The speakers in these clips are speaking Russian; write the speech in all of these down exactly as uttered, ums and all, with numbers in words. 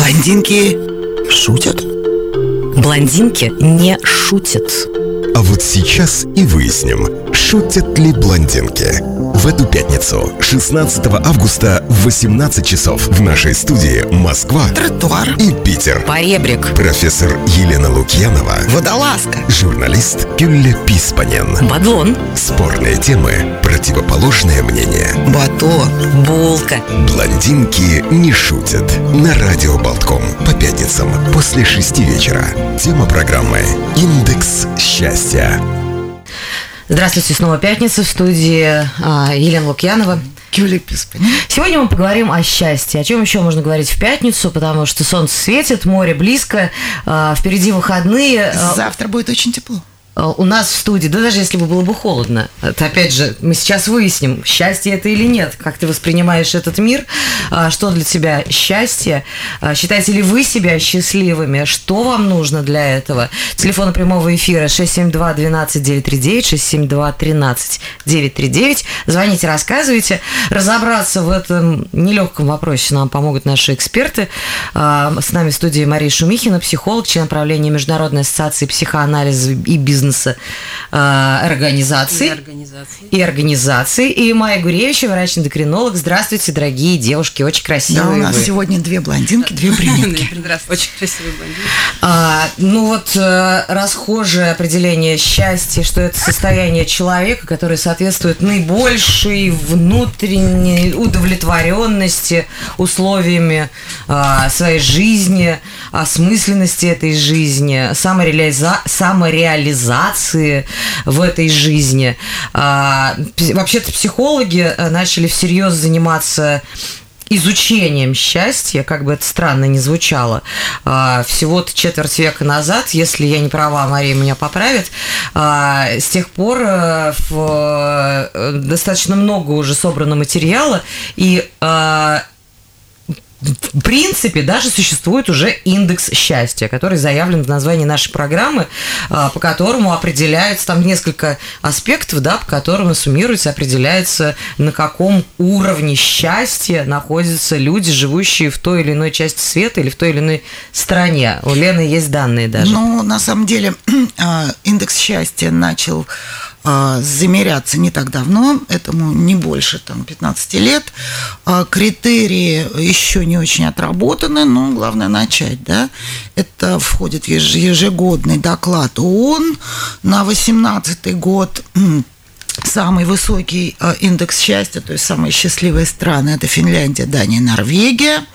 Блондинки шутят? Блондинки не шутят. А вот сейчас и выясним, шутят ли блондинки. В эту пятницу, шестнадцатого августа в восемнадцать часов в нашей студии Москва, Тротуар и Питер. Поребрик. Профессор Елена Лукьянова, Водолазка, журналист Кюлля Писпанен. Бадлон. Спорные темы, противоположное мнение. Бато, Булка. Блондинки не шутят. На радио Болтком по пятницам после шести вечера. Тема программы «Индекс счастья». Здравствуйте, снова пятница, в студии а, Елена Лукьянова. Кюлля Писпанен. Сегодня мы поговорим о счастье. О чем еще можно говорить в пятницу, потому что солнце светит, море близко, а, впереди выходные. Завтра будет очень тепло. У нас в студии, да даже если бы было бы холодно, это опять же, мы сейчас выясним, счастье это или нет, как ты воспринимаешь этот мир, что для тебя счастье, считаете ли вы себя счастливыми, что вам нужно для этого. Телефон прямого эфира шесть семь два один два девять три девять, шесть семь два один три девять три девять, звоните, рассказывайте. Разобраться в этом нелегком вопросе нам помогут наши эксперты. С нами в студии Мария Шумихина, психолог, член правления Международной ассоциации психоанализа и бизнеса организаций. И организации. И организации. И Майя Гуревича, врач-эндокринолог. Здравствуйте, дорогие девушки, очень красивые. Да, у нас вы. сегодня две блондинки, две брюнетки. Здравствуйте, очень красивые блондинки. А, ну вот э, расхожее определение счастья, что это состояние человека, которое соответствует наибольшей внутренней удовлетворенности условиями э, своей жизни, осмысленности этой жизни, самореализа... самореализации в этой жизни. А, вообще-то психологи начали всерьез заниматься изучением счастья, как бы это странно ни звучало, всего-то четверть века назад, если я не права, Мария меня поправит. С тех пор в достаточно много уже собрано материала, и в принципе, даже существует уже индекс счастья, который заявлен в названии нашей программы, по которому определяется там несколько аспектов, да, по которым суммируется, определяется, на каком уровне счастья находятся люди, живущие в той или иной части света или в той или иной стране. У Лены есть данные даже. Ну, на самом деле, индекс счастья начал замеряться не так давно, этому не больше там, пятнадцать лет. Критерии еще не очень отработаны, но главное начать. Да? Это входит в ежегодный доклад ООН на восемнадцатый год. Самый высокий индекс счастья, то есть самые счастливые страны, это Финляндия, Дания, Норвегия.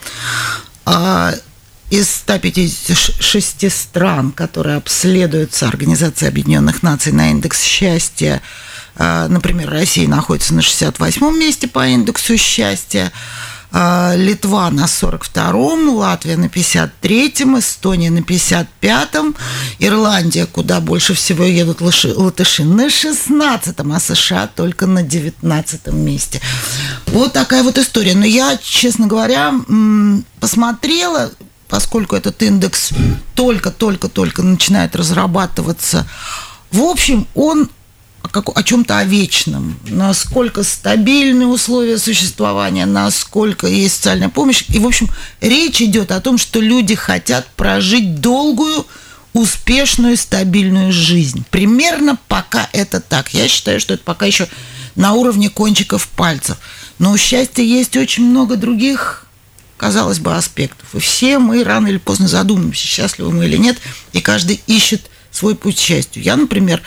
Из ста пятидесяти шести стран, которые обследуются Организацией Объединенных Наций на индекс счастья, например, Россия находится на шестьдесят восьмом месте по индексу счастья, Литва на сорок втором, Латвия на пятьдесят третьем, Эстония на пятьдесят пятом, Ирландия, куда больше всего едут латыши, на шестнадцатом, а США только на девятнадцатом месте. Вот такая вот история. Но я, честно говоря, посмотрела, поскольку этот индекс только-только-только начинает разрабатываться, в общем, он о чем-то о вечном, насколько стабильны условия существования, насколько есть социальная помощь. И, в общем, речь идет о том, что люди хотят прожить долгую, успешную, стабильную жизнь. Примерно пока это так. Я считаю, что это пока еще на уровне кончиков пальцев. Но у счастья есть очень много других, казалось бы, аспектов. И все мы рано или поздно задумаемся, счастливы мы или нет, и каждый ищет свой путь к счастью. Я, например,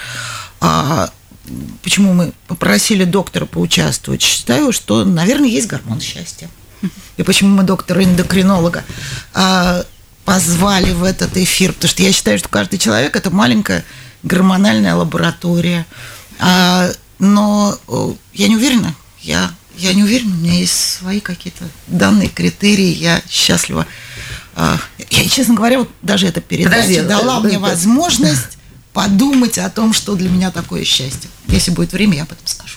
почему мы попросили доктора поучаствовать, считаю, что, наверное, есть гормон счастья. И почему мы доктора-эндокринолога позвали в этот эфир, потому что я считаю, что каждый человек – это маленькая гормональная лаборатория. Но я не уверена, я... Я не уверена, у меня есть свои какие-то данные, критерии, я счастлива. Я, честно говоря, вот даже эта передача Подожди, дала да, мне да, возможность подумать о том, что для меня такое счастье. Если будет время, я об этом скажу.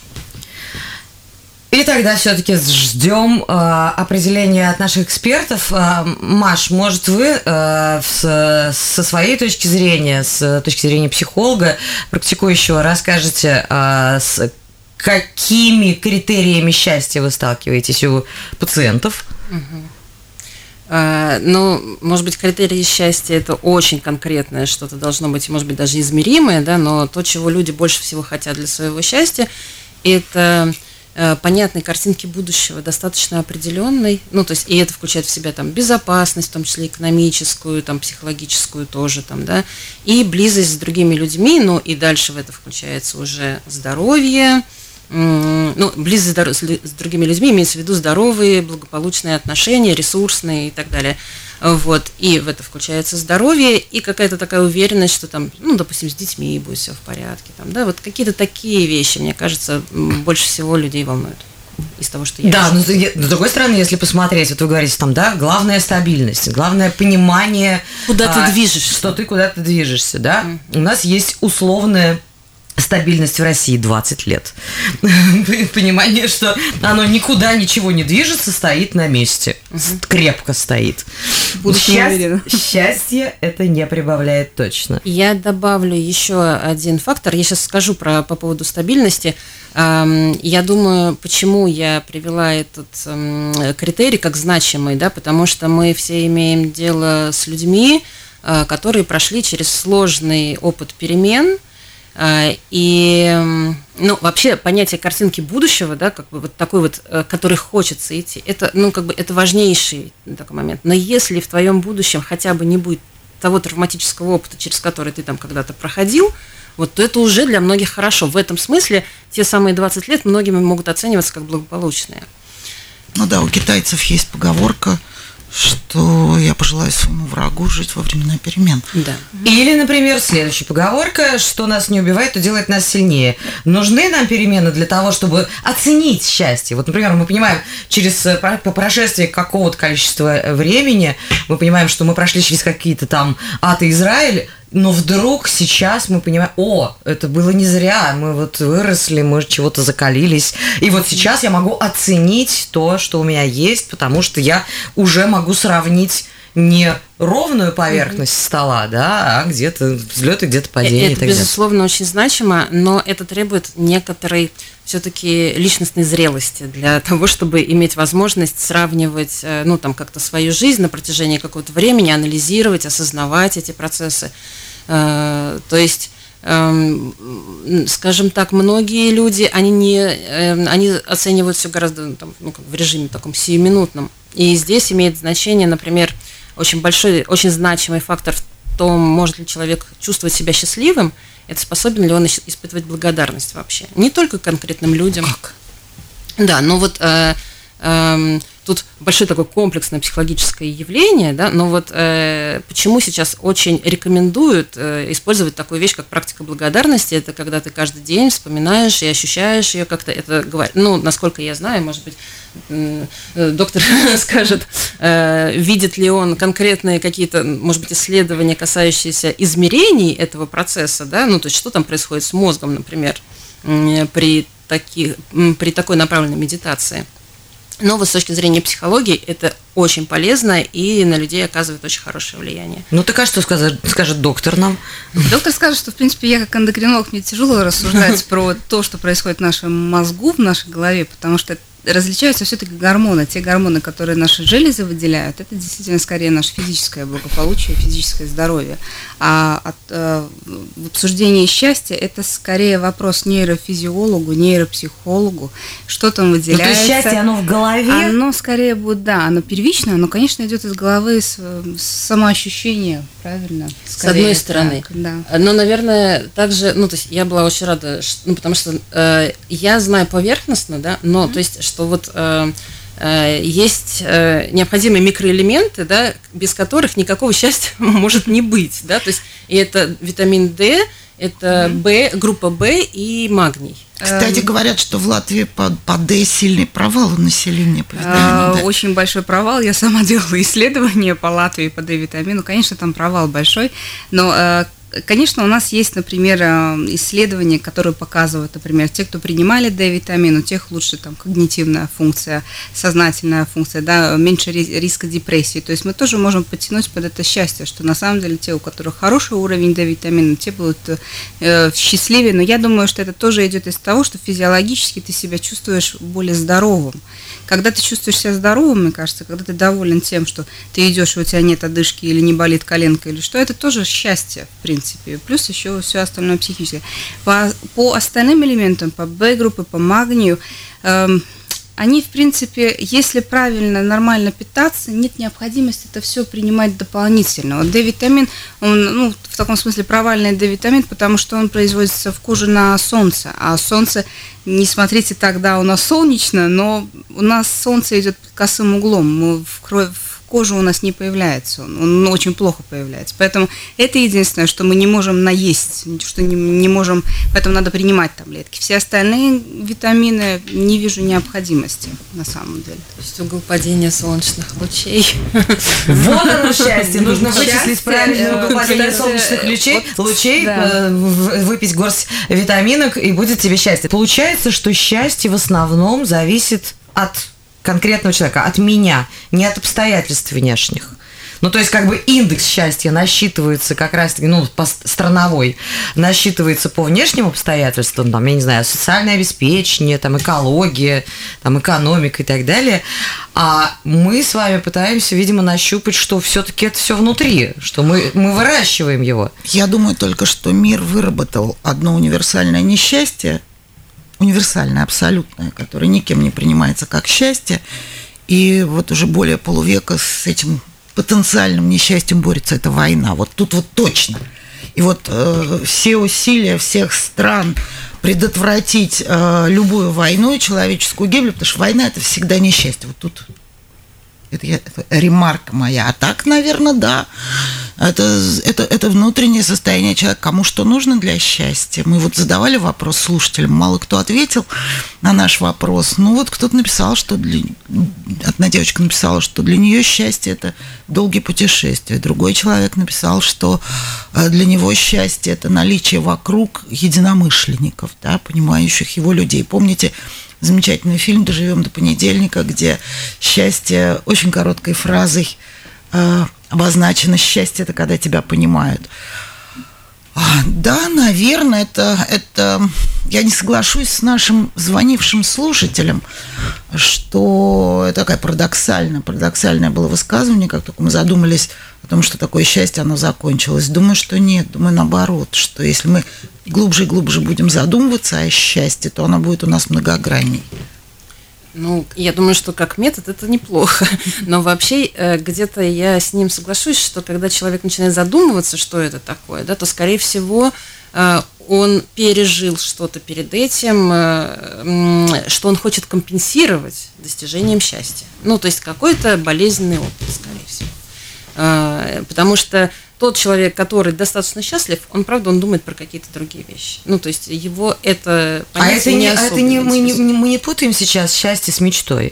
И тогда все-таки ждем э, определения от наших экспертов. Э, Маш, может, вы э, с, со своей точки зрения, с точки зрения психолога, практикующего, расскажете, э, с какими критериями счастья вы сталкиваетесь у пациентов? Угу. А, ну, может быть, критерии счастья – это очень конкретное, что-то должно быть, может быть, даже измеримое, да, но то, чего люди больше всего хотят для своего счастья, это э, понятной картинки будущего, достаточно определенной, ну, то есть, и это включает в себя там безопасность, в том числе экономическую, там, психологическую тоже, там, да, и близость с другими людьми, ну, и дальше в это включается уже здоровье, ну, близость с другими людьми, имеется в виду здоровые, благополучные отношения, ресурсные и так далее. Вот. И в это включается здоровье и какая-то такая уверенность, что там, ну, допустим, с детьми будет все в порядке. Там, да? Вот какие-то такие вещи, мне кажется, больше всего людей волнуют из того, что я Да, вижу. но с другой стороны, если посмотреть, вот вы говорите там, да, главная стабильность, главное понимание, Куда а, ты движешься. что ты куда-то движешься, да. Mm. У нас есть условная стабильность в России двадцать лет. Понимание, что оно никуда ничего не движется, стоит на месте. Uh-huh. Крепко стоит. Счастье, счастье это не прибавляет точно. Я добавлю еще один фактор. Я сейчас скажу про, по поводу стабильности. Я думаю, почему я привела этот критерий как значимый, да, потому что мы все имеем дело с людьми, которые прошли через сложный опыт перемен. И, ну, вообще понятие картинки будущего, да, как бы вот такой вот, который хочется идти, это, ну, как бы это важнейший такой момент. Но если в твоем будущем хотя бы не будет того травматического опыта, через который ты там когда-то проходил, вот, то это уже для многих хорошо. В этом смысле те самые двадцать лет многими могут оцениваться как благополучные. Ну да, у китайцев есть поговорка, что я пожелаю своему врагу жить во времена перемен. Да. Или, например, следующая поговорка, что нас не убивает, то делает нас сильнее. Нужны нам перемены для того, чтобы оценить счастье. Вот, например, мы понимаем, через по прошествии какого-то количества времени, мы понимаем, что мы прошли через какие-то там ад и Израиль, но вдруг сейчас мы понимаем, о, это было не зря, мы вот выросли, мы чего-то закалились. И вот сейчас я могу оценить то, что у меня есть, потому что я уже могу сравнить не ровную поверхность mm-hmm. стола, да, а где-то взлеты, где-то падения. Это, и так далее. Безусловно, очень значимо, но это требует некоторой все-таки личностной зрелости для того, чтобы иметь возможность сравнивать, ну, там, как-то свою жизнь на протяжении какого-то времени, анализировать, осознавать эти процессы. То есть, скажем так, многие люди, они, не, они оценивают все гораздо там, ну, как в режиме таком сиюминутном. И здесь имеет значение, например, очень большой, очень значимый фактор в том, может ли человек чувствовать себя счастливым, это способен ли он испытывать благодарность вообще. Не только конкретным людям. Как? Да, но вот э, э, тут большое такое комплексное психологическое явление, да, но вот э, почему сейчас очень рекомендуют э, использовать такую вещь, как практика благодарности, это когда ты каждый день вспоминаешь и ощущаешь ее как-то, это говорит, ну, насколько я знаю, может быть, э, доктор скажет, э, видит ли он конкретные какие-то, может быть, исследования, касающиеся измерений этого процесса, да, ну, то есть что там происходит с мозгом, например, э, при, таких, при такой направленной медитации. Но вот с точки зрения психологии это очень полезно и на людей оказывает очень хорошее влияние. Ну, так а что скажет, скажет доктор нам? Доктор скажет, что, в принципе, я как эндокринолог, мне тяжело рассуждать про то, что происходит в нашем мозгу, в нашей голове, потому что различаются все-таки гормоны. Те гормоны, которые наши железы выделяют, это действительно скорее наше физическое благополучие, физическое здоровье. А от, э, в обсуждении счастья это скорее вопрос нейрофизиологу, нейропсихологу, что там выделяется. Ну, то есть счастье, оно в голове? Оно скорее будет, да, оно первичное, оно, конечно, идет из головы, с, с самоощущения, правильно? Скорее, с одной стороны. Так, да. Но, наверное, также, ну, то есть я была очень рада, что, ну, потому что э, я знаю поверхностно, да, но, mm-hmm. то есть, что вот э, э, есть э, необходимые микроэлементы, да, без которых никакого счастья может не быть, да, то есть и это витамин D, это B, группа В и магний. Кстати, говорят, что в Латвии по, по D сильный провал у населения по витамину D. Очень большой провал. Я сама делала исследования по Латвии по D-витамину. Конечно, там провал большой, но... Конечно, у нас есть, например, исследования, которые показывают, например, те, кто принимали D-витамин, у тех лучше там когнитивная функция, сознательная функция, да, меньше риска депрессии. То есть мы тоже можем подтянуть под это счастье, что на самом деле те, у которых хороший уровень D-витамина, те будут э, счастливее. Но я думаю, что это тоже идет из того, что физиологически ты себя чувствуешь более здоровым. Когда ты чувствуешь себя здоровым, мне кажется, когда ты доволен тем, что ты идешь, и у тебя нет одышки, или не болит коленка, или что, это тоже счастье, в принципе. Плюс еще все остальное психическое. По, по остальным элементам, по Б-группе, по магнию, эм, они, в принципе, если правильно, нормально питаться, нет необходимости это все принимать дополнительно. Вот D-витамин, он, ну, в таком смысле провальный D-витамин, потому что он производится в коже на солнце, а солнце, не смотрите тогда у нас солнечно, но у нас солнце идет под косым углом, мы в кровь, кожа у нас не появляется, он, он очень плохо появляется. Поэтому это единственное, что мы не можем наесть, что не, не можем, поэтому надо принимать таблетки. Все остальные витамины не вижу необходимости на самом деле. То есть угол падения солнечных лучей. Вот оно счастье. Нужно вычислить правильный угол падения солнечных лучей, лучей, выпить горсть витаминок, и будет тебе счастье. Получается, что счастье в основном зависит от конкретного человека, от меня, не от обстоятельств внешних. Ну, то есть, как бы индекс счастья насчитывается как раз-таки, ну, по страновой, насчитывается по внешним обстоятельствам, там, я не знаю, социальное обеспечение, там, экология, там, экономика и так далее. А мы с вами пытаемся, видимо, нащупать, что все-таки это все внутри, что мы, мы выращиваем его. Я думаю только, что мир выработал одно универсальное несчастье, универсальное, абсолютное, которое никем не принимается как счастье, и вот уже более полувека с этим потенциальным несчастьем борется эта война. Вот тут вот точно. И вот э, все усилия всех стран предотвратить э, любую войну и человеческую гибель, потому что война – это всегда несчастье. Вот тут это, это ремарка моя. А так, наверное, да. Это, это, это внутреннее состояние человека, кому что нужно для счастья. Мы вот задавали вопрос слушателям, мало кто ответил на наш вопрос. Ну вот кто-то написал, что для... одна девочка написала, что для нее счастье – это долгие путешествия. Другой человек написал, что для него счастье – это наличие вокруг единомышленников, да, понимающих его людей. Помните замечательный фильм «Доживем до понедельника», где счастье очень короткой фразой э, обозначено: счастье – это когда тебя понимают. Да, наверное, это, это... Я не соглашусь с нашим звонившим слушателем, что это такое парадоксальное, парадоксальное было высказывание, как только мы задумались о том, что такое счастье, оно закончилось. Думаю, что нет, думаю, наоборот, что если мы глубже и глубже будем задумываться о счастье, то оно будет у нас многогранней. Ну, я думаю, что как метод это неплохо, но вообще где-то я с ним соглашусь, что когда человек начинает задумываться, что это такое, да, то, скорее всего, он пережил что-то перед этим, что он хочет компенсировать достижением счастья. Ну, то есть какой-то болезненный опыт, скорее всего. Потому что тот человек, который достаточно счастлив, он, правда, он думает про какие-то другие вещи. Ну, то есть его это понятие а это не, не особенно. А это не, мы, не, мы не путаем сейчас счастье с мечтой?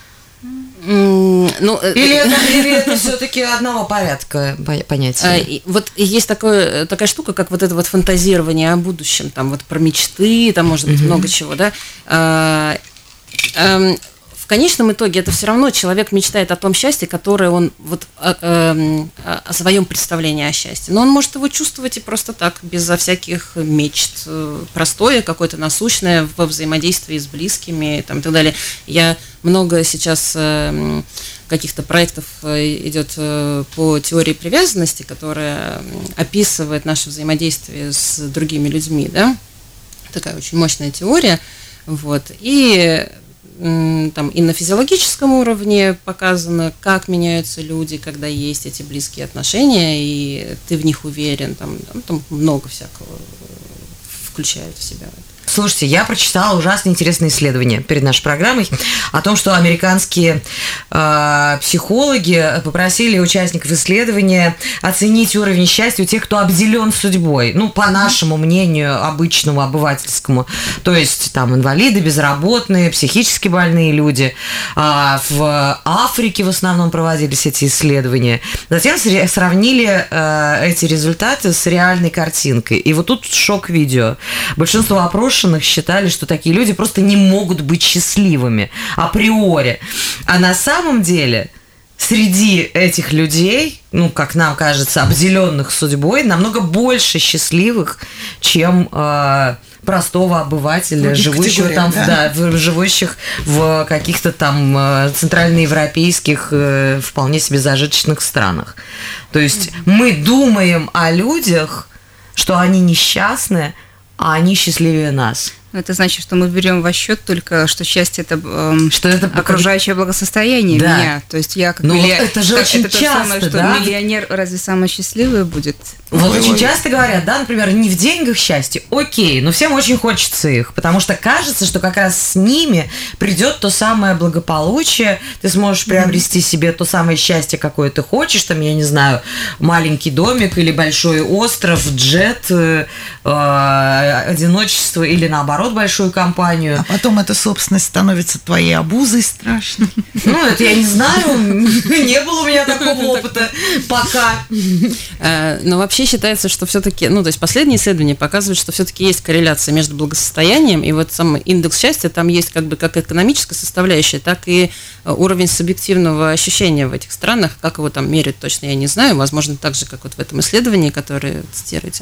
Mm, ну, или, это, или это все-таки одного порядка понятия? Вот есть такое, такая штука, как вот это вот фантазирование о будущем, там вот про мечты, там может быть mm-hmm. много чего, да. А, а, В конечном итоге это все равно человек мечтает о том счастье, которое он вот о, о, о своем представлении о счастье. Но он может его чувствовать и просто так, безо всяких мечт. Простое, какое-то насущное во взаимодействии с близкими там, и так далее. Я много сейчас каких-то проектов идет по теории привязанности, которая описывает наше взаимодействие с другими людьми. Да? Такая очень мощная теория. Вот. И там и на физиологическом уровне показано, как меняются люди, когда есть эти близкие отношения, и ты в них уверен, там, там много всякого включает в себя. Слушайте, я прочитала ужасно интересное исследование перед нашей программой о том, что американские э, психологи попросили участников исследования оценить уровень счастья у тех, кто обделен судьбой. Ну, по нашему мнению, обычному, обывательскому. То есть, там, инвалиды, безработные, психически больные люди. А в Африке в основном проводились эти исследования. Затем сравнили э, эти результаты с реальной картинкой. И вот тут шок-видео. Большинство опрошенных считали, что такие люди просто не могут быть счастливыми априори. А на самом деле среди этих людей, ну, как нам кажется, обделенных судьбой, намного больше счастливых, чем э, простого обывателя, Других живущих там, да? да, в, живущих в каких-то там центральноевропейских, вполне себе зажиточных странах. То есть мы думаем о людях, что они несчастны, а они счастливее нас. Это значит, что мы берем во счет только, что счастье это, эм, что это окружающее благосостояние да. меня. То есть я как ну, миллионер. Вот это же как, очень это часто, самое, что да? миллионер разве самое счастливое будет? Вот ой, очень ой. часто говорят, да, например, не в деньгах счастье, окей, но всем очень хочется их, потому что кажется, что как раз с ними придет то самое благополучие, ты сможешь приобрести себе то самое счастье, какое ты хочешь, там, я не знаю, маленький домик или большой остров, джет, э, одиночество или наоборот большую компанию. А потом эта собственность становится твоей обузой страшно. Ну, это я не знаю, не было у меня такого опыта пока. Но вообще считается, что все-таки, ну, то есть последние исследования показывают, что все-таки есть корреляция между благосостоянием и вот сам индекс счастья, там есть как бы как экономическая составляющая, так и уровень субъективного ощущения в этих странах, как его там меряют, точно я не знаю, возможно, так же, как вот в этом исследовании, которое цитируете.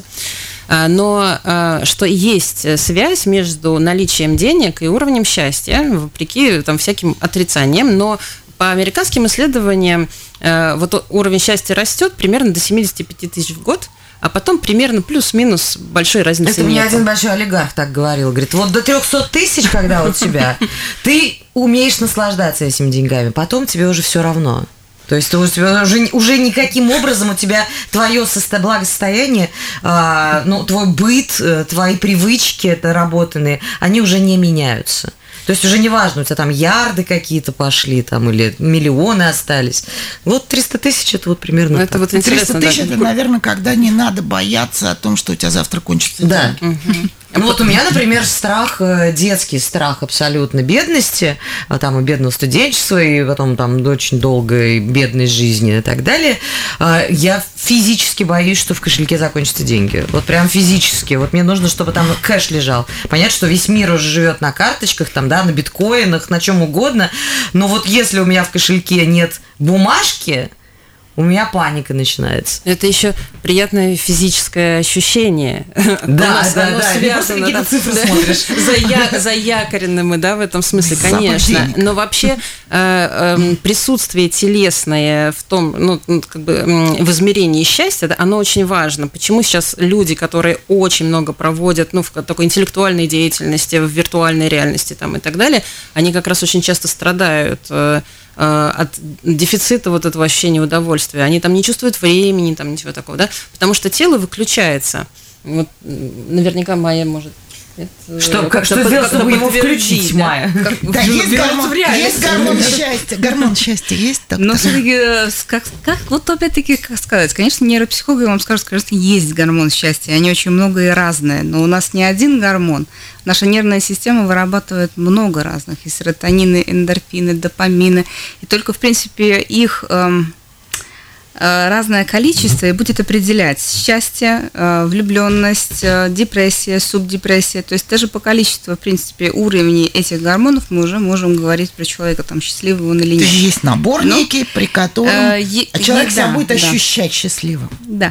Но что есть связь между наличием денег и уровнем счастья, вопреки там всяким отрицаниям, но по американским исследованиям вот уровень счастья растет примерно до семьдесят пять тысяч в год, а потом примерно плюс-минус большой разницы нет. Это мне один большой олигарх так говорил. Говорит, вот до триста тысяч, когда у тебя, ты умеешь наслаждаться этими деньгами, потом тебе уже все равно. То есть у тебя уже, уже никаким образом у тебя твое благосостояние, а, ну, твой быт, твои привычки доработанные, они уже не меняются. То есть уже не важно, у тебя там ярды какие-то пошли, там, или миллионы остались. Вот триста тысяч это вот примерно. Это вот интересно. триста тысяч это, наверное, когда не надо бояться о том, что у тебя завтра кончится. Да. Угу. Ну вот у меня, например, страх, детский страх абсолютно бедности, там и бедного студенчества, и потом там очень долгой бедной жизни и так далее. Я физически боюсь, что в кошельке закончатся деньги. Вот прям физически. Вот мне нужно, чтобы там кэш лежал. Понятно, что весь мир уже живет на карточках, там, да, на биткоинах, на чем угодно. Но вот если у меня в кошельке нет бумажки, у меня паника начинается. Это еще приятное физическое ощущение. Да, да, да. Связано, какие-то цифры смотришь. Заякорены мы, да, в этом смысле, конечно. Но вообще присутствие телесное в том, ну, как бы в измерении счастья, оно очень важно. Почему сейчас люди, которые очень много проводят, ну, в такой интеллектуальной деятельности, в виртуальной реальности там и так далее, они как раз очень часто страдают от дефицита вот этого ощущения удовольствия. Они там не чувствуют времени, там ничего такого, да, потому что тело выключается. Вот наверняка Майя может... Это, что, как, что сделать, чтобы его включить, да? Майя? Как, да, есть гормон, есть гормон счастья. Гормон счастья есть? Но все-таки, как, как, вот опять-таки, как сказать, конечно, нейропсихологи вам скажут, конечно, есть гормон счастья, они очень много и разные, но у нас не один гормон. Наша нервная система вырабатывает много разных, и серотонины, эндорфины, допамины, и только, в принципе, их... Эм, разное количество и будет определять счастье, влюбленность, депрессия, субдепрессия. То есть даже по количеству, в принципе, уровней этих гормонов мы уже можем говорить про человека, там, счастливый он или нет. Есть наборники, Но, при котором э, человек себя да, будет да. ощущать счастливым. Да.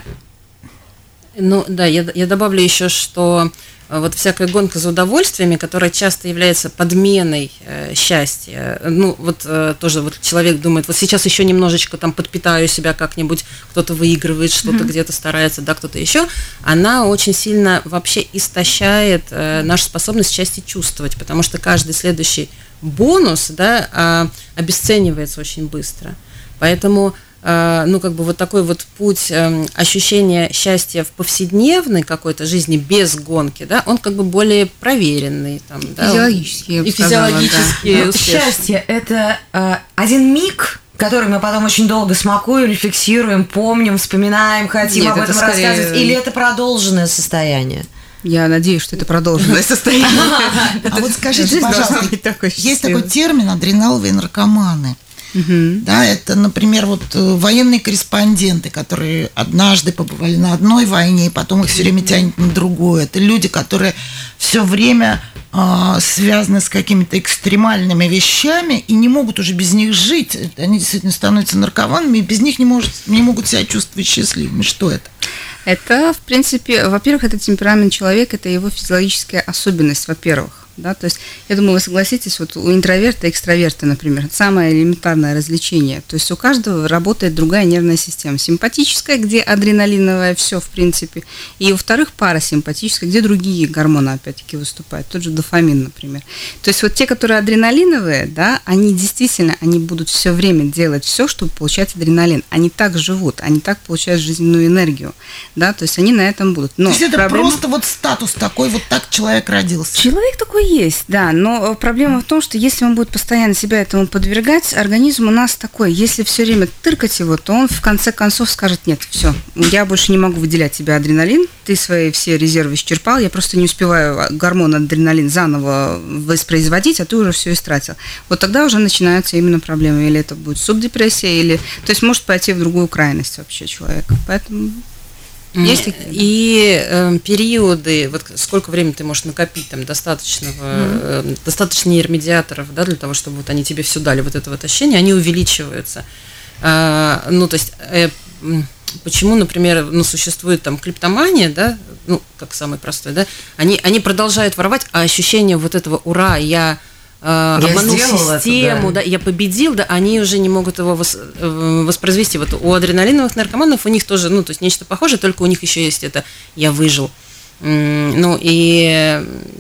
Ну да, я, я добавлю еще, что вот всякая гонка за удовольствиями, которая часто является подменой э, счастья. Ну, вот э, тоже вот человек думает, вот сейчас еще немножечко там подпитаю себя как-нибудь, кто-то выигрывает, что-то mm-hmm. где-то старается, да, кто-то еще. Она очень сильно вообще истощает э, нашу способность счастье чувствовать, потому что каждый следующий бонус, да, э, обесценивается очень быстро. Поэтому ну, как бы вот такой вот путь э, ощущения счастья в повседневной какой-то жизни без гонки, да, он как бы более проверенный. Там, да, физиологически. И физиологически. Да. Счастье – это э, один миг, который мы потом очень долго смакуем, фиксируем, помним, вспоминаем, хотим Нет, об этом скорее... рассказывать, или это продолженное состояние? Я надеюсь, что это продолженное состояние. А вот скажите, пожалуйста, есть такой термин адреналовые наркоманы. Uh-huh. Да, это, например, вот военные корреспонденты, которые однажды побывали на одной войне, и потом их все время тянет на другую. Это люди, которые все время э, связаны с какими-то экстремальными вещами и не могут уже без них жить. Они действительно становятся наркоманами и без них не, может, не могут себя чувствовать счастливыми. Что это? Это, в принципе, во-первых, это темперамент человека, это его физиологическая особенность, во-первых. Да, то есть, я думаю, вы согласитесь, вот у интроверта и экстраверта, например, самое элементарное развлечение. То есть у каждого работает другая нервная система. Симпатическая, где адреналиновое все, в принципе, и, во-вторых, парасимпатическая, где другие гормоны, опять-таки, выступают. Тот же дофамин, например. То есть вот те, которые адреналиновые, да, они действительно, они будут все время делать все, чтобы получать адреналин. Они так живут, они так получают жизненную энергию, да, то есть они на этом будут. Но то есть это проблема... просто вот статус такой, вот так человек родился. Человек такой есть, да, но проблема в том, что если он будет постоянно себя этому подвергать, организм у нас такой, если все время тыркать его, то он в конце концов скажет: нет, все, я больше не могу выделять тебе адреналин, ты свои все резервы исчерпал, я просто не успеваю гормон адреналин заново воспроизводить, а ты уже все истратил. Вот тогда уже начинаются именно проблемы, или это будет субдепрессия, или, то есть может пойти в другую крайность вообще человек, поэтому... Есть и э, периоды, вот сколько времени ты можешь накопить там достаточного, mm-hmm. э, достаточно нейромедиаторов, да, для того, чтобы вот они тебе все дали, вот это вот ощущение, они увеличиваются. А, ну, то есть, э, почему, например, ну, существует там клиптомания, да, ну, как самый простой, да, они, они продолжают воровать, а ощущение вот этого «ура, я...» Я обманул систему, это, да. да, я победил, да, они уже не могут его вос, воспроизвести. Вот у адреналиновых наркоманов у них тоже, ну, то есть нечто похожее, только у них еще есть это «я выжил». Ну, и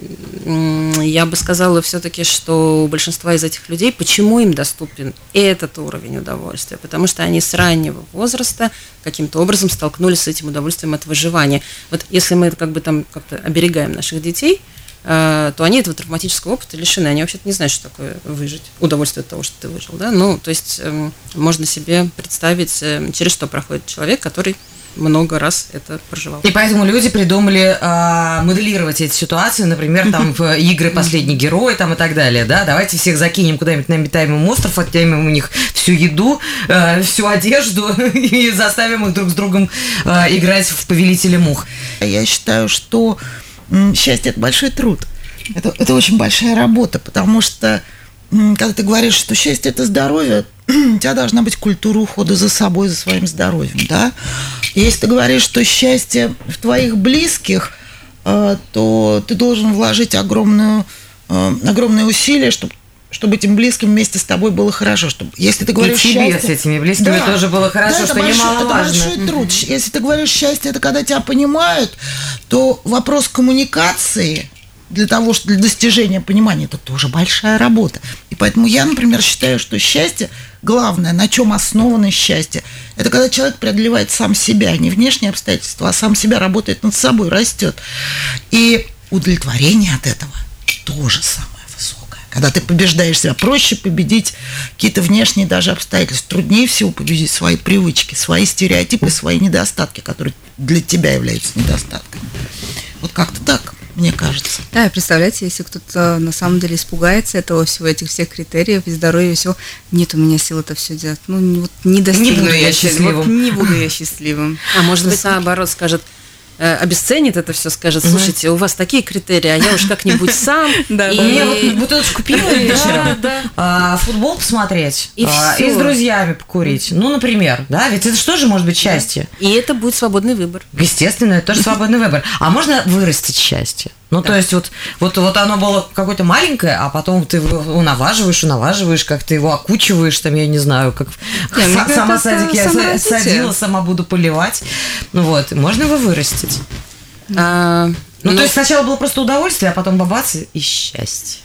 я бы сказала все-таки, что у большинства из этих людей, почему им доступен этот уровень удовольствия? Потому что они с раннего возраста каким-то образом столкнулись с этим удовольствием от выживания. Вот если мы как бы там как-то оберегаем наших детей, то они этого травматического опыта лишены. Они вообще-то не знают, что такое выжить, удовольствие от того, что ты выжил. Да? Ну, то есть э, можно себе представить, э, через что проходит человек, который много раз это проживал. И поэтому люди придумали э, моделировать эти ситуации, например, там в игры «Последний герой» там, и так далее. Да? Давайте всех закинем куда-нибудь на обитаемый остров, отнимем у них всю еду, э, всю одежду и заставим их друг с другом э, играть в «Повелителя мух». Я считаю, что счастье – это большой труд. Это, это очень большая работа, потому что, когда ты говоришь, что счастье – это здоровье, у тебя должна быть культура ухода за собой, за своим здоровьем, да? И если ты говоришь, что счастье в твоих близких, то ты должен вложить огромную, огромные усилия, чтобы чтобы этим близким вместе с тобой было хорошо. Чтобы, если ты говоришь, и тебе счастье, с этими близкими да, тоже было хорошо, да, что большой, немаловажно. Это большой труд. Mm-hmm. Если ты говоришь, счастье – это когда тебя понимают, то вопрос коммуникации для того, что для достижения понимания – это тоже большая работа. И поэтому я, например, считаю, что счастье, главное, на чем основано счастье, это когда человек преодолевает сам себя, не внешние обстоятельства, а сам себя, работает над собой, растет. И удовлетворение от этого тоже самое. Когда ты побеждаешь себя, проще победить какие-то внешние даже обстоятельства. Труднее всего победить свои привычки, свои стереотипы, свои недостатки, которые для тебя являются недостатками. Вот как-то так, мне кажется. Да, и представляете, если кто-то на самом деле испугается этого всего, этих всех критериев и здоровья, и всего, нет у меня сил это все делать. Ну, вот не достигну не буду я счастливым. Вот не буду я счастливым. А может быть, наоборот, скажет, обесценит это все, скажет: слушайте, у вас такие критерии, а я уж как-нибудь сам. Да, и... Мне вот бутылочку пива вечером, футбол посмотреть и с друзьями покурить. Ну, например, да, ведь это что же может быть счастье? И это будет свободный выбор. Естественно, это тоже свободный выбор. А можно вырастить счастье? Ну, да. То есть, вот, вот, вот оно было какое-то маленькое, а потом ты его наваживаешь, унаваживаешь, как ты его окучиваешь, там, я не знаю, как Нет, сама садик я садила, сама буду поливать. Ну, вот, можно его вырастить. А, ну, ну, то есть, сначала было просто удовольствие, а потом бабац и счастье.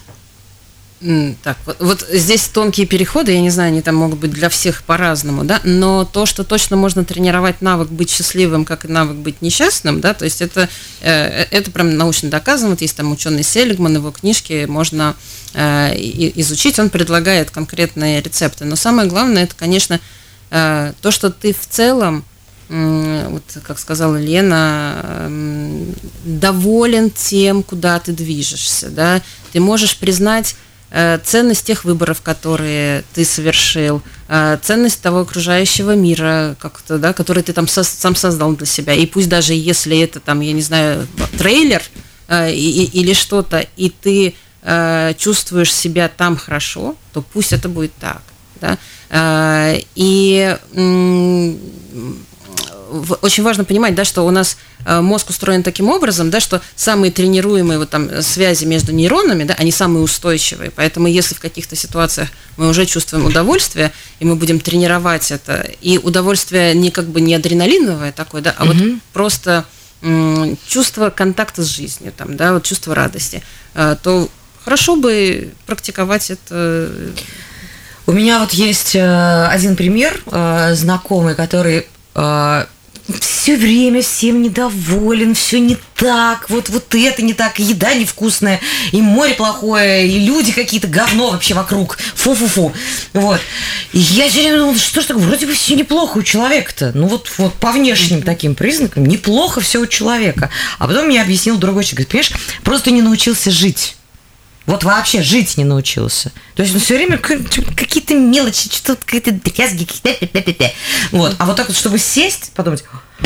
Так, вот, вот здесь тонкие переходы, я не знаю, они там могут быть для всех по-разному, да, но то, что точно можно тренировать навык быть счастливым, как и навык быть несчастным, да, то есть это, э, это прям научно доказано, вот есть там ученый Селигман, его книжки можно э, изучить, он предлагает конкретные рецепты, но самое главное, это, конечно, э, то, что ты в целом, э, вот как сказала Лена, э, доволен тем, куда ты движешься, да, ты можешь признать ценность тех выборов, которые ты совершил, ценность того окружающего мира, как-то, да, который ты там со, сам создал для себя. И пусть даже если это там, я не знаю, трейлер и, и, или что-то, и ты э, чувствуешь себя там хорошо, то пусть это будет так. Да? Э, и э, очень важно понимать, да, что у нас мозг устроен таким образом, да, что самые тренируемые вот там связи между нейронами, да, они самые устойчивые. Поэтому если в каких-то ситуациях мы уже чувствуем удовольствие, и мы будем тренировать это, и удовольствие не как бы не адреналиновое такое, да, а угу. вот просто м- чувство контакта с жизнью, там, да, вот чувство радости, э, то хорошо бы практиковать это. У меня вот есть э, один пример, э, знакомый, который э, все время всем недоволен, все не так, вот, вот это не так, и еда невкусная, и море плохое, и люди какие-то, говно вообще вокруг, фу-фу-фу, вот. И я все время думала, что ж такое, вроде бы все неплохо у человека-то, ну вот, вот по внешним таким признакам неплохо все у человека. А потом мне объяснил другой человек, говорит, понимаешь, просто не научился жить. Вот вообще жить не научился. То есть он все время какие-то мелочи, что-то какие-то дрязги, какие-то... Вот. А вот так вот, чтобы сесть, подумать,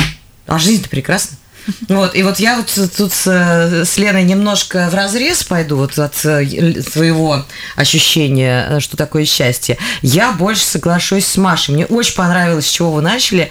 а жизнь-то прекрасна. Вот. И вот я вот тут с, с Леной немножко вразрез пойду вот от своего ощущения, что такое счастье. Я больше соглашусь с Машей. Мне очень понравилось, с чего вы начали,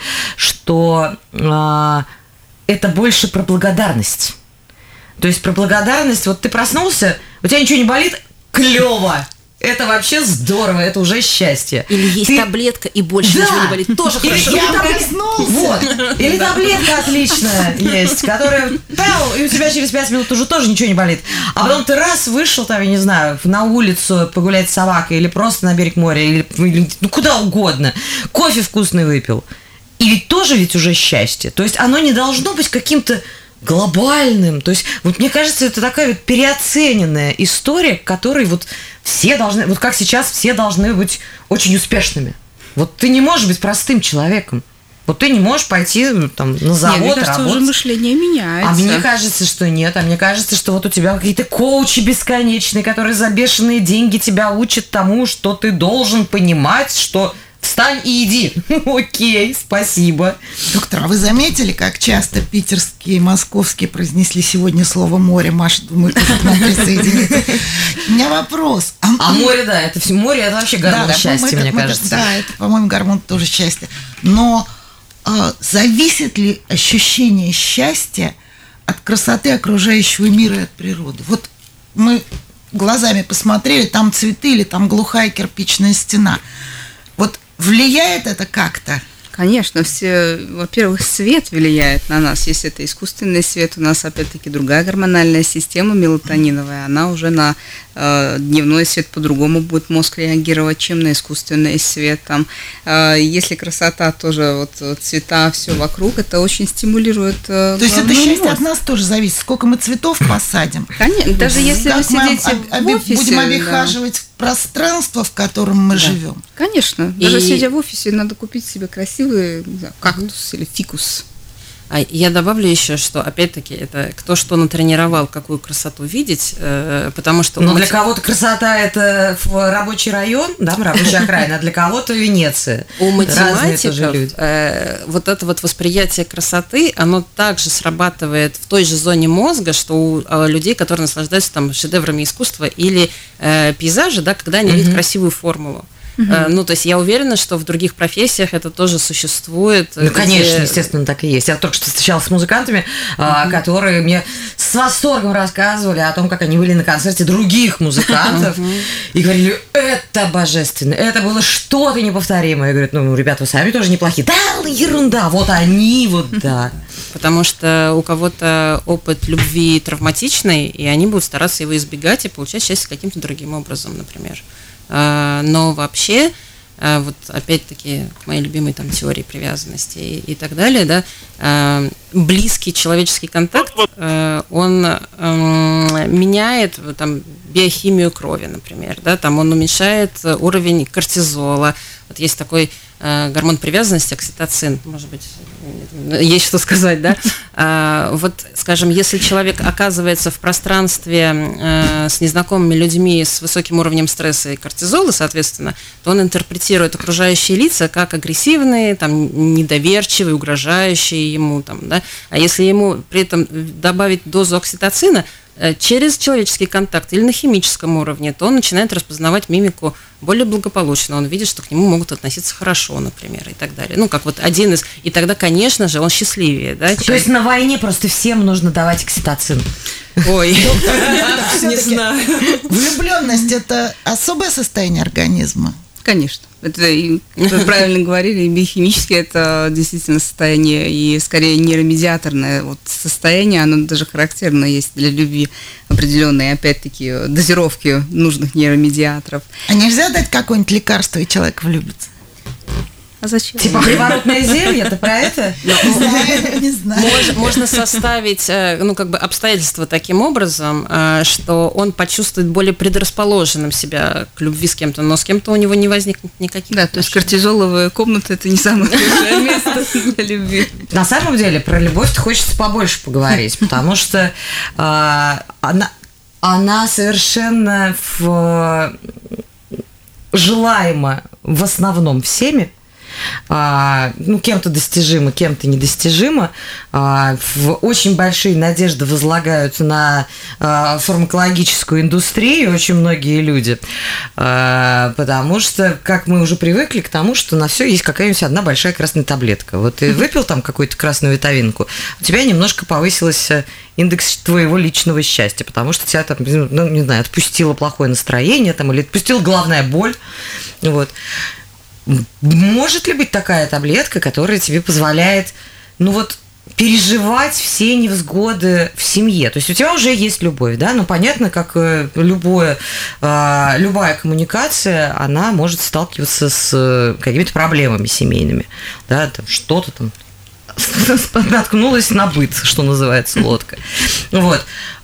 что а, это больше про благодарность. То есть про благодарность, вот ты проснулся, у тебя ничего не болит, клево. Это вообще здорово, это уже счастье. Или есть ты... таблетка, и больше да. ничего не болит, тоже Или хорошо. Я проснулся. Вот. Или таблетка отличная есть, которая, пау, и у тебя через пять минут уже тоже ничего не болит. А потом ты раз вышел, там, я не знаю, на улицу погулять с собакой, или просто на берег моря, или, или ну, куда угодно, кофе вкусный выпил. И ведь тоже ведь уже счастье. То есть оно не должно быть каким-то глобальным. То есть, вот мне кажется, это такая вот переоцененная история, к которой вот все должны, вот как сейчас все должны быть очень успешными. Вот ты не можешь быть простым человеком. Вот ты не можешь пойти там, на завод, нет, мне кажется, работать. уже мышление меняется. А мне кажется, что нет. А мне кажется, что вот у тебя какие-то коучи бесконечные, которые за бешеные деньги тебя учат тому, что ты должен понимать, что... Встань и иди. Окей, спасибо. Доктор, а вы заметили, как часто питерские и московские произнесли сегодня слово «море»? Маша, думаю, тоже к нам присоединится. У меня вопрос. А, а море, да, это все море, это вообще гормон да, счастья, мне это, кажется. Да, это, по-моему, гормон тоже счастья. Но а, зависит ли ощущение счастья от красоты окружающего мира и от природы? Вот мы глазами посмотрели, там цветы или там глухая кирпичная стена. Вот влияет это как-то? Конечно, все, во-первых, свет влияет на нас. Если это искусственный свет, у нас опять-таки другая гормональная система мелатониновая, она уже на э, дневной свет по-другому будет мозг реагировать, чем на искусственный свет. Там, э, если красота тоже, вот цвета, все вокруг, это очень стимулирует. Э, То есть это счастье мозг. от нас тоже зависит, сколько мы цветов посадим. Конечно, даже если как вы сидите об, об, в офисе, будем да. обихаживать пространство, в котором мы да. живем. Конечно, И... даже сидя в офисе, надо купить себе красивый не знаю, кактус или фикус. А я добавлю еще, что опять-таки это кто что натренировал, какую красоту видеть, э, потому что... Но для кого-то красота это рабочий район, да, рабочая окраина, а для кого-то Венеция. У математиков э, вот это вот восприятие красоты, оно также срабатывает в той же зоне мозга, что у э, людей, которые наслаждаются там шедеврами искусства или э, пейзажа, да, когда они mm-hmm. видят красивую формулу. Uh-huh. Ну, то есть я уверена, что в других профессиях это тоже существует. Ну, конечно, естественно, так и есть. Я только что встречалась с музыкантами, uh-huh. которые мне с восторгом рассказывали о том, как они были на концерте других музыкантов uh-huh. и говорили, это божественно, это было что-то неповторимое. Я говорю, ну, ребята, вы сами тоже неплохие. Да, ерунда, вот они, вот да. Потому что у кого-то опыт любви травматичный, и они будут стараться его избегать и получать счастье каким-то другим образом, например. Но вообще, вот опять-таки к моей любимой там теории привязанности и, и так далее, да, близкий человеческий контакт, он меняет там биохимию крови, например, да, там он уменьшает уровень кортизола. Вот есть такой гормон привязанности, окситоцин, может быть, есть что сказать, да? А, вот, скажем, если человек оказывается в пространстве а, с незнакомыми людьми с высоким уровнем стресса и кортизола, соответственно, то он интерпретирует окружающие лица как агрессивные, там, недоверчивые, угрожающие ему, там, да? А если ему при этом добавить дозу окситоцина, через человеческий контакт или на химическом уровне, то он начинает распознавать мимику более благополучно. Он видит, что к нему могут относиться хорошо, например, и так далее. Ну, как вот один из... И тогда, конечно же, он счастливее. Да, то чем... есть на войне просто всем нужно давать окситоцин? Ой, не знаю. Влюбленность – это особое состояние организма? Конечно. Это, вы правильно говорили, и биохимически это действительно состояние, и скорее нейромедиаторное вот состояние, оно даже характерно есть для любви определенные, опять-таки, дозировки нужных нейромедиаторов. А нельзя дать какое-нибудь лекарство, и человек влюбится? А зачем? Типа приворотное зелье, ты про это? Не знаю, не знаю. Можно составить, ну, как бы обстоятельства таким образом, что он почувствует более предрасположенным себя к любви с кем-то, но с кем-то у него не возникнет никаких. Да, то есть кортизоловая комната – это не самое лучшее место для любви. На самом деле про любовь хочется побольше поговорить, потому что она, она совершенно желаема в основном всеми. А, ну, кем-то достижимо, кем-то недостижимо. А, в очень большие надежды возлагают на а, фармакологическую индустрию очень многие люди, а, потому что, как мы уже привыкли к тому, что на все есть какая-нибудь одна большая красная таблетка. Вот ты выпил там какую-то красную витаминку, у тебя немножко повысился индекс твоего личного счастья, потому что тебя там, ну, не знаю, отпустило плохое настроение там, или отпустила головная боль. Вот. Может ли быть такая таблетка, которая тебе позволяет, ну вот, переживать все невзгоды в семье? То есть у тебя уже есть любовь, да? Ну, понятно, как любое, любая коммуникация, она может сталкиваться с какими-то проблемами семейными, да, там что-то там наткнулась на быт, что называется, лодка. Вот.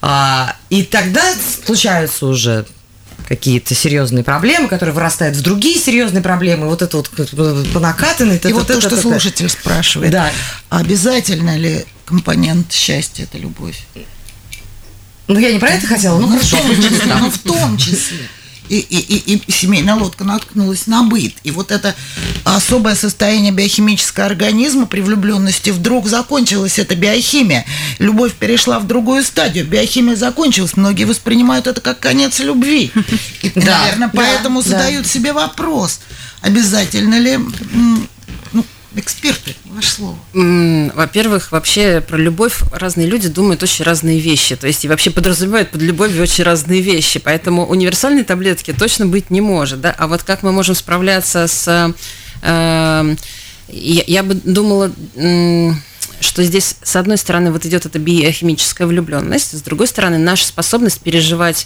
И тогда случаются уже какие-то серьезные проблемы, которые вырастают в другие серьезные проблемы, вот это вот по накатанной. И вот то, что слушатель спрашивает, да. Обязательно ли компонент счастья – это любовь? Ну, я не про это хотела, ну, хорошо. Ну, в том числе. И, и, и, и семейная лодка наткнулась на быт. И вот это особое состояние биохимического организма при влюбленности вдруг закончилась эта биохимия. Любовь перешла в другую стадию. Биохимия закончилась. Многие воспринимают это как конец любви. И, да, наверное, да, поэтому да. задают себе вопрос, обязательно ли... Ну, эксперты, ваше слово. Во-первых, вообще про любовь разные люди думают очень разные вещи. То есть и вообще подразумевают под любовью очень разные вещи. Поэтому универсальной таблетки точно быть не может. Да? А вот как мы можем справляться с... Э, я, я бы думала... Э, что здесь, с одной стороны, вот идет эта биохимическая влюбленность, с другой стороны, наша способность переживать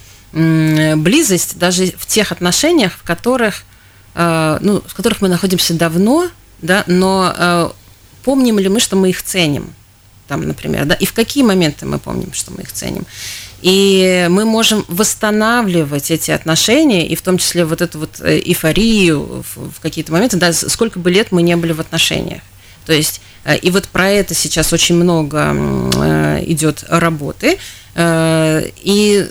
э, близость даже в тех отношениях, в которых, э, ну, в которых мы находимся давно, да, но э, помним ли мы, что мы их ценим, там, например, да, и в какие моменты мы помним, что мы их ценим. И мы можем восстанавливать эти отношения, и в том числе вот эту вот эйфорию в, в какие-то моменты, да, сколько бы лет мы не были в отношениях. То есть, э, и вот про это сейчас очень много э, идет работы, э, и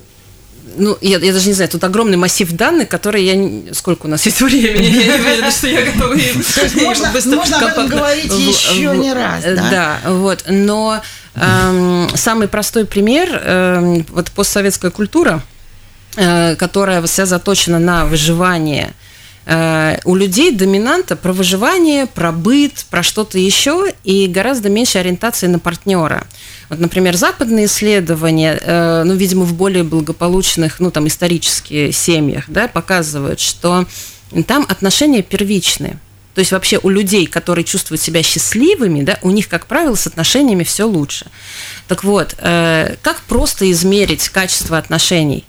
ну, я, я даже не знаю, тут огромный массив данных, которые я... Не... Сколько у нас есть времени? Я не уверена, что я готова им... То есть можно, можно об этом говорить еще не раз, да? Да, вот. Но эм, самый простой пример, эм, вот постсоветская культура, э, которая вся заточена на выживание, э, у людей доминанта про выживание, про быт, про что-то еще, и гораздо меньше ориентации на партнера. Вот, например, западные исследования, э, ну, видимо, в более благополучных, ну, там, исторических семьях, да, показывают, что там отношения первичны. То есть вообще у людей, которые чувствуют себя счастливыми, да, у них, как правило, с отношениями все лучше. Так вот, э, как просто измерить качество отношений?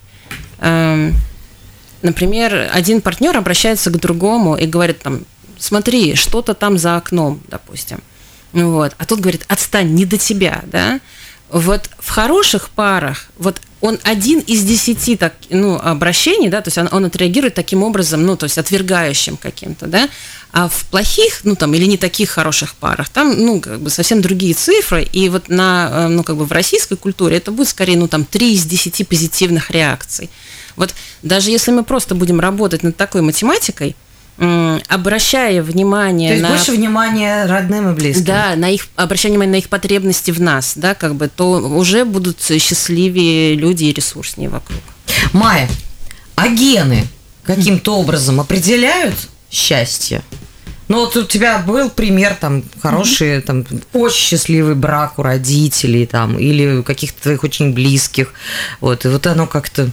Э, например, один партнер обращается к другому и говорит, там, смотри, что-то там за окном, допустим. Вот. А тот говорит, отстань, не до тебя, да? Вот в хороших парах, вот он один из десяти так, ну, обращений, да, то есть он, он отреагирует таким образом, ну, то есть отвергающим каким-то, да, а в плохих, ну, там, или не таких хороших парах, там, ну, как бы совсем другие цифры, и вот на, ну, как бы в российской культуре это будет скорее, ну, там, три из десяти позитивных реакций. Вот даже если мы просто будем работать над такой математикой, обращая внимание То есть на... больше внимания родным и близким. Да, на их, обращая внимание на их потребности в нас, да, как бы, то уже будут счастливее люди и ресурснее вокруг. Майя, а гены каким-то образом определяют счастье? Ну, вот у тебя был пример, там, хороший, там, очень счастливый брак у родителей, там, или у каких-то твоих очень близких, вот, и вот оно как-то...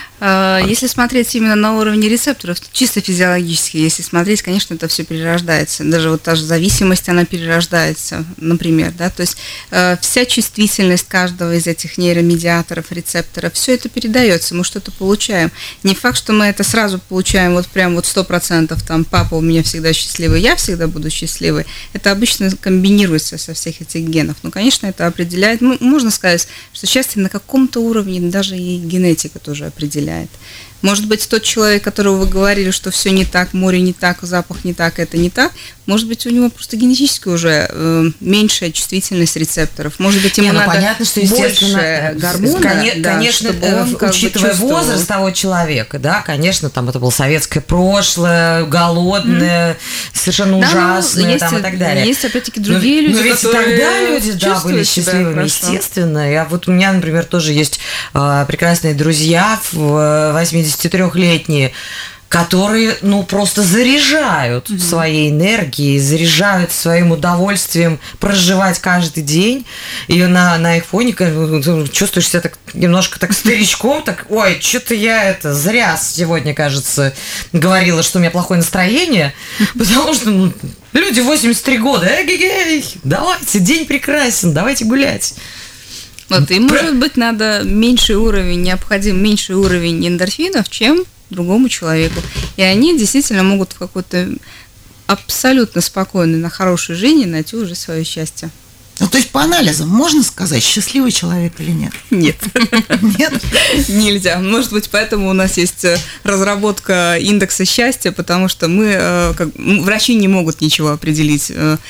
Если смотреть именно на уровне рецепторов, чисто физиологически, если смотреть, конечно, это все перерождается. Даже вот та же зависимость, она перерождается, например, да, то есть э, вся чувствительность каждого из этих нейромедиаторов, рецепторов, все это передается, мы что-то получаем. Не факт, что мы это сразу получаем вот прям вот сто процентов, там, папа у меня всегда счастливый, я всегда буду счастливой. Это обычно комбинируется со всех этих генов. Ну, конечно, это определяет, ну, можно сказать, что счастье на каком-то уровне даже и генетика тоже определяет. Может быть, тот человек, которого вы говорили, что все не так, море не так, запах не так, это не так, может быть, у него просто генетически уже э, меньшая чувствительность рецепторов. Может быть, ему не, ну, надо понятно, что, естественно, гормона, коне- да, конечно, чтобы он, как учитывая бы, чувствовал. возраст того человека, да, конечно, там это было советское прошлое, голодное, mm. совершенно да, ужасное, есть, там, и так далее. Есть, опять-таки, другие но, люди, но ведь которые тогда люди, да, были счастливыми, естественно. Я, вот у меня, например, тоже есть э, прекрасные друзья в восьмидесятитрёхлетние, которые, ну, просто заряжают mm-hmm. своей энергией, заряжают своим удовольствием проживать каждый день. И на, на их фоне чувствуешь себя так немножко так старичком, так, ой, что-то я это зря сегодня, кажется, говорила, что у меня плохое настроение, потому что, ну, люди восемьдесят три года, эй-эй-эй, давайте, день прекрасен, давайте гулять. Вот, и, может быть, надо меньший уровень, необходим меньший уровень эндорфинов, чем другому человеку. И они действительно могут в какой-то абсолютно спокойной, на хорошей жизни найти уже свое счастье. Ну, то есть по анализам можно сказать, счастливый человек или нет? Нет. Нет? Нельзя. Может быть, поэтому у нас есть разработка индекса счастья, потому что мы, как, врачи не могут ничего определить.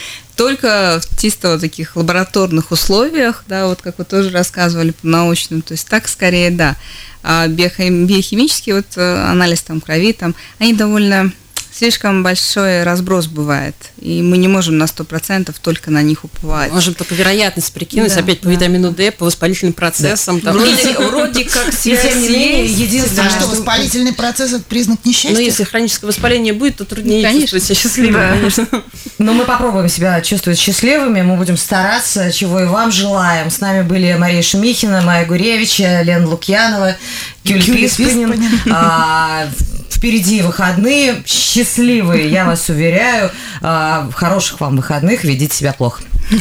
Только в чисто вот таких лабораторных условиях, да, вот как вы тоже рассказывали по научным, то есть так скорее да. А биохим, биохимический вот анализ там крови, там, они довольно слишком большой разброс бывает, и мы не можем на сто процентов только на них уповать. Можем только вероятность прикинуть, да, опять по да. витамину D, по воспалительным процессам. Да. Там. Вроде, вроде как связь есть. Единственное, что воспалительный процесс – это признак несчастья. Но если хроническое воспаление будет, то труднее конечно. чувствовать себя счастливым, да. конечно. Но мы попробуем себя чувствовать счастливыми, мы будем стараться, чего и вам желаем. С нами были Мария Шумихина, Майя Гуревича, Лена Лукьянова, Кюль Писпанин. А, впереди выходные, счастливые, я вас уверяю. А, хороших вам выходных, ведите себя плохо.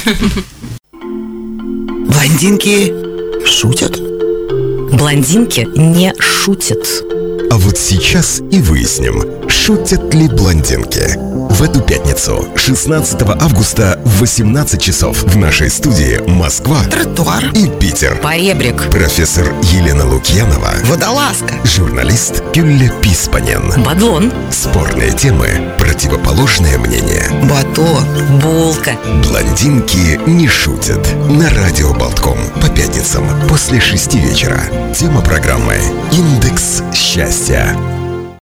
Блондинки шутят? Блондинки не шутят. А вот сейчас и выясним, шутят ли блондинки. В эту пятницу, шестнадцатого августа в восемнадцать часов в нашей студии Москва, Тротуар и Питер. Поребрик. Профессор Елена Лукьянова, Водолазка, журналист Кюлле Писпанин. Бадлон. Спорные темы, противоположное мнение. батон, Булка. Блондинки не шутят. На радио Болтком по пятницам после шести вечера. Тема программы «Индекс счастья».